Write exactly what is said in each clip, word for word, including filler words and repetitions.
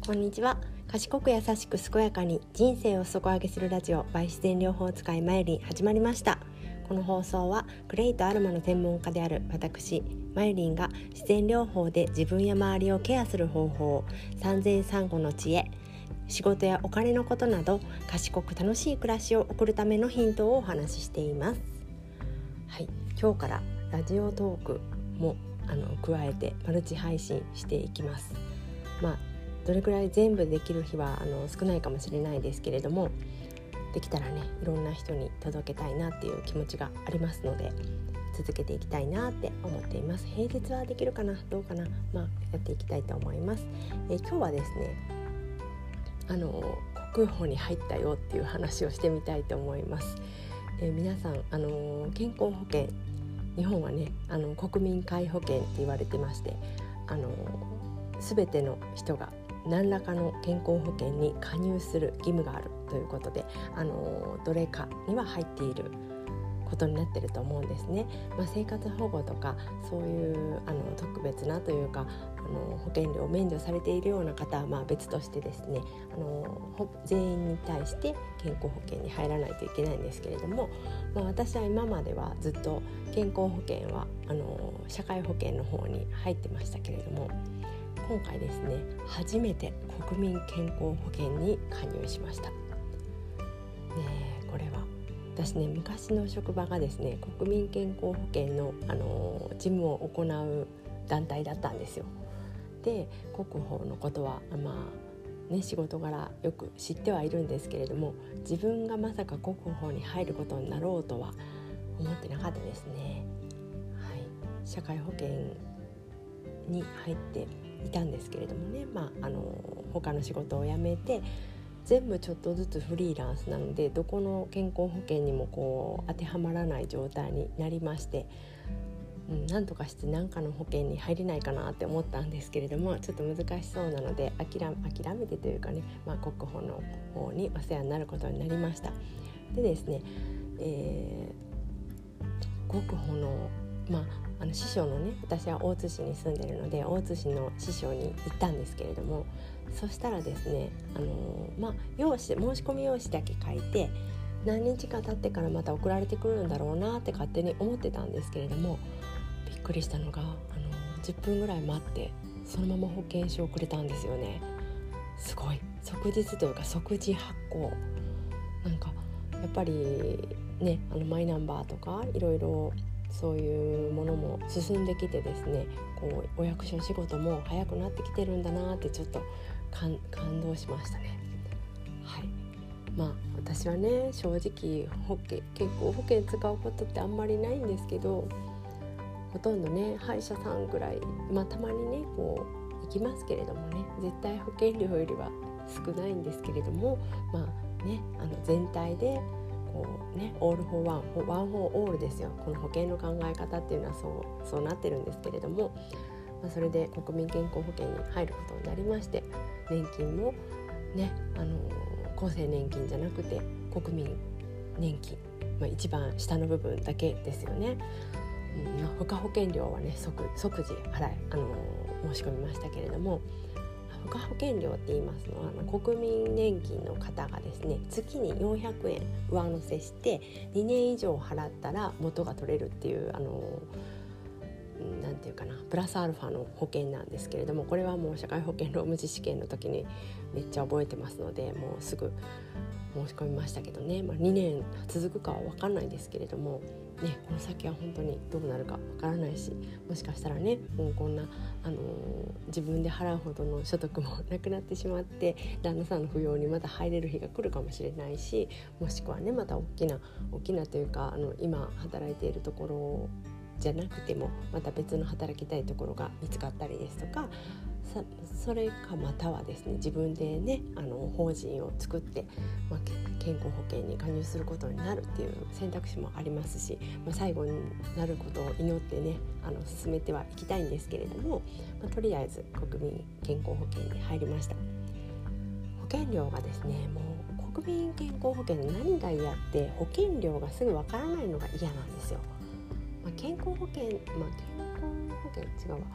こんにちは。賢く優しく健やかに人生を底上げするラジオ by 自然療法使いまゆりん始まりました。この放送はクレイとアルマの専門家である私まゆりんが自然療法で自分や周りをケアする方法、産前産後の知恵、仕事やお金のことなど賢く楽しい暮らしを送るためのヒントをお話ししています。はい、今日からラジオトークもあの加えてマルチ配信していきます。まあどれくらい全部できる日はあの少ないかもしれないですけれども、できたらねいろんな人に届けたいなっていう気持ちがありますので続けていきたいなって思っています。平日はできるかなどうかな、まあ、やっていきたいと思います。え今日はですねあの国保に入ったよっていう話をしてみたいと思います。え皆さんあの健康保険、日本はねあの国民皆保険って言われてまして、あの全ての人が何らかの健康保険に加入する義務があるということで、あのどれかには入っていることになっていると思うんですね。まあ、生活保護とかそういうあの特別なというかあの保険料を免除されているような方はまあ別としてですね、あの全員に対して健康保険に入らないといけないんですけれども、まあ、私は今まではずっと健康保険はあの社会保険の方に入ってましたけれども、今回ですね初めて国民健康保険に加入しました。ねえこれは私ね昔の職場がですね国民健康保険の、あの事務を行う団体だったんですよ。で国保のことはまあね仕事柄よく知ってはいるんですけれども、自分がまさか国保に入ることになろうとは思ってなかったですね。はい、社会保険に入っていたんですけれどもね、まあ、あの他の仕事を辞めて全部ちょっとずつフリーランスなのでどこの健康保険にもこう当てはまらない状態になりまして、うん、なんとかして何かの保険に入れないかなって思ったんですけれども、ちょっと難しそうなので諦め、諦めてというかね、まあ、国保の方にお世話になることになりました。でですね、えー、国保のまあ、あの師匠のね、私は大津市に住んでるので大津市の師匠に行ったんですけれども、そしたらですね、あのーまあ、用紙申し込み用紙だけ書いて何日か経ってからまた送られてくるんだろうなって勝手に思ってたんですけれども、びっくりしたのが、あのー、じゅっぷんぐらい待ってそのまま保険証をくれたんですよね。すごい即日というか即時発行。なんかやっぱりね、あのマイナンバーとかいろいろそういうものも進んできてですね、こうお役所仕事も早くなってきてるんだなってちょっと感動しましたね。はい、まあ私はね正直保険健康保険使うことってあんまりないんですけど、ほとんどね歯医者さんぐらい、まあたまにねこう行きますけれどもね、絶対保険料よりは少ないんですけれども、まあねあの全体でこうね、オールフォーワン、ワンフォーオールですよ。この保険の考え方っていうのはそう、そうなってるんですけれども、まあ、それで国民健康保険に入ることになりまして、年金もね、あの厚生年金じゃなくて国民年金、まあ、一番下の部分だけですよね。うんまあ、付加保険料はね 即, 即時払い、あの申し込みましたけれども、付加保険料って言いますのは、あの国民年金の方がですね月によんひゃくえん上乗せしてにねん以上払ったら元が取れるっていうあのなんていうかなプラスアルファの保険なんですけれども、これはもう社会保険労務士試験の時にめっちゃ覚えてますので、もうすぐ申し込みましたけどね、まあ、にねん続くかは分かんないですけれどもね、この先は本当にどうなるか分からないし、もしかしたらねもうこんな、あのー、自分で払うほどの所得もなくなってしまって旦那さんの扶養にまた入れる日が来るかもしれないし、もしくはねまた大きな大きなというかあの今働いているところじゃなくてもまた別の働きたいところが見つかったりですとか、それかまたはですね自分でねあの法人を作って、まあ、健康保険に加入することになるっていう選択肢もありますし、まあ、最後になることを祈ってねあの進めてはいきたいんですけれども、まあ、とりあえず国民健康保険に入りました。保険料がですねもう国民健康保険の何が嫌って保険料がすぐわからないのが嫌なんですよ。まあ、健康保険、まあ、健康保険違うわ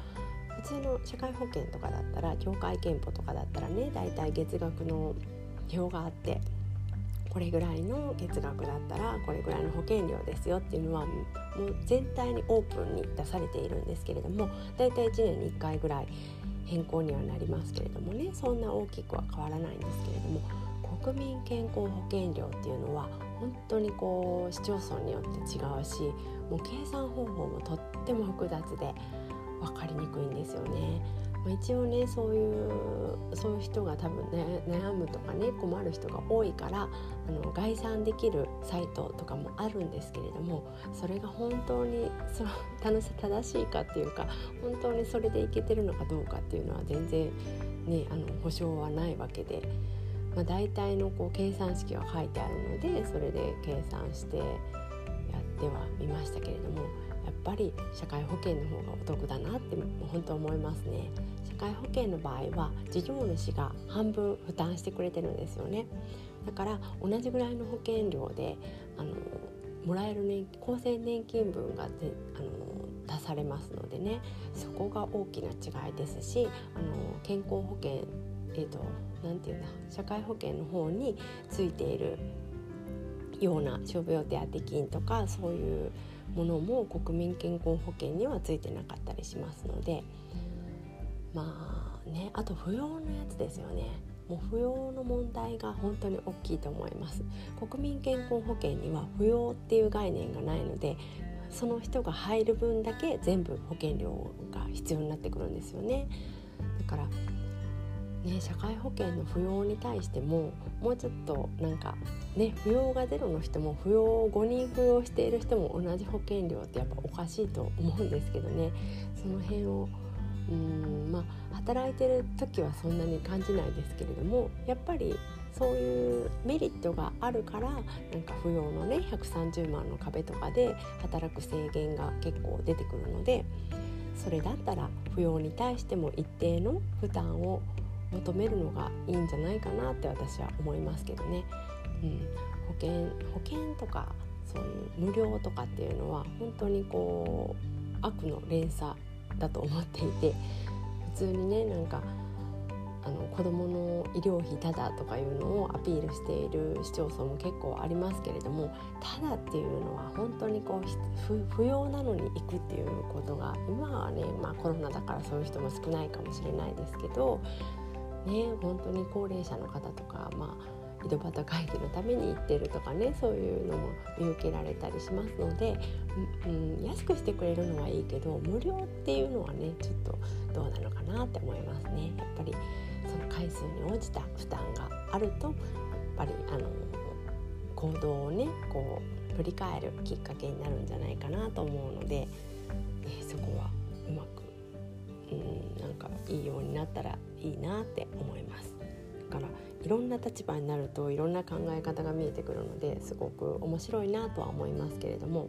普通の社会保険とかだったら、協会憲法とかだったらね、だいたい月額の表があって、これぐらいの月額だったらこれぐらいの保険料ですよっていうのはもう全体にオープンに出されているんですけれども、だいたいいちねんにいっかいぐらい変更にはなりますけれどもね、そんな大きくは変わらないんですけれども、国民健康保険料っていうのは本当にこう市町村によって違うし、もう計算方法もとっても複雑で分かりにくいんですよね。まあ、一応ね、そういうそういう人が多分ね悩むとかね困る人が多いから、あの概算できるサイトとかもあるんですけれども、それが本当にその正しいかっていうか、本当にそれでいけてるのかどうかっていうのは全然ね、あの保証はないわけで、まあ、大体のこう計算式は書いてあるので、それで計算してやってはみましたけれども、やっぱり社会保険の方がお得だなって本当思いますね。社会保険の場合は事業主が半分負担してくれてるんですよね。だから同じぐらいの保険料であのもらえる年厚生年金分がであの出されますのでね、そこが大きな違いですし、あの健康保険、えーと、なんていうんだ社会保険の方についているような傷病手当金とかそういうものも国民健康保険にはついてなかったりしますので、まあね、あと扶養のやつですよね。もう扶養の問題が本当に大きいと思います。国民健康保険には扶養っていう概念がないので、その人が入る分だけ全部保険料が必要になってくるんですよね。だからね、社会保険の扶養に対してももうちょっとなんかね、扶養がゼロの人も扶養ごにん扶養している人も同じ保険料ってやっぱおかしいと思うんですけどね、その辺をうーんまあ働いてる時はそんなに感じないですけれども、やっぱりそういうメリットがあるから、なんか扶養のねひゃくさんじゅうまんの壁とかで働く制限が結構出てくるので、それだったら扶養に対しても一定の負担を求めるのがいいんじゃないかなって私は思いますけどね。うん、保険保険とかそういう無料とかっていうのは本当にこう悪の連鎖だと思っていて、普通にねなんかあの子どもの医療費タダとかいうのをアピールしている市町村も結構ありますけれども、タダっていうのは本当にこう不要なのに行くっていうことが今はね、まあ、コロナだからそういう人も少ないかもしれないですけどね、本当に高齢者の方とか、まあ、井戸端会議のために行ってるとかね、そういうのも見受けられたりしますので、うん、安くしてくれるのはいいけど無料っていうのはねちょっとどうなのかなって思いますね。やっぱりその回数に応じた負担があるとやっぱりあの行動をねこう振り返るきっかけになるんじゃないかなと思うので、ね、そこはうまくうんなんかいいようになったらいいなって思います。だからいろんな立場になるといろんな考え方が見えてくるのですごく面白いなとは思いますけれども、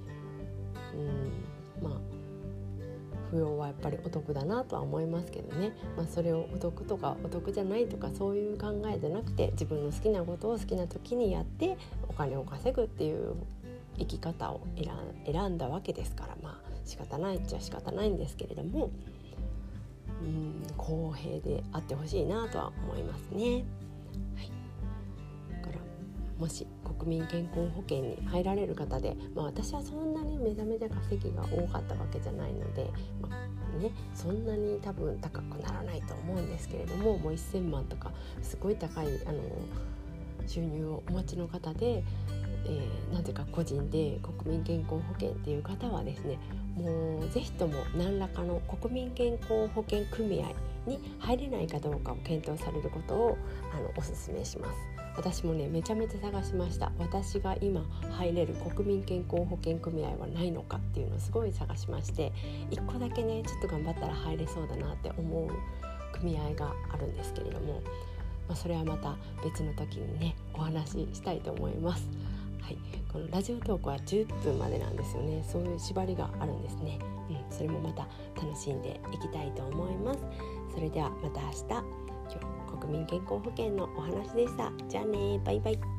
うんまあ扶養はやっぱりお得だなとは思いますけどね、まあ、それをお得とかお得じゃないとかそういう考えじゃなくて、自分の好きなことを好きな時にやってお金を稼ぐっていう生き方を選ん、選んだわけですから、まあ仕方ないっちゃ仕方ないんですけれども、うん公平であってほしいなとは思いますね。はい、だからもし国民健康保険に入られる方で、まあ、私はそんなにめちゃめちゃ稼ぎが多かったわけじゃないので、まあね、そんなに多分高くならないと思うんですけれども、もうせんまんとかすごい高いあの収入をお持ちの方で、えー、なぜか個人で国民健康保険っていう方はですね、もうぜひとも何らかの国民健康保険組合に入れないかどうかを検討されることをあのお勧めします。私もねめちゃめちゃ探しました。私が今入れる国民健康保険組合はないのかっていうのをすごい探しまして、いっこだけねちょっと頑張ったら入れそうだなって思う組合があるんですけれども、まあ、それはまた別の時にねお話ししたいと思います。はい、このラジオトークはじゅっぷんまでなんですよね。そういう縛りがあるんですね。うん、それもまた楽しんでいきたいと思います。それではまた明日。今日国民健康保険のお話でした。じゃあね、バイバイ。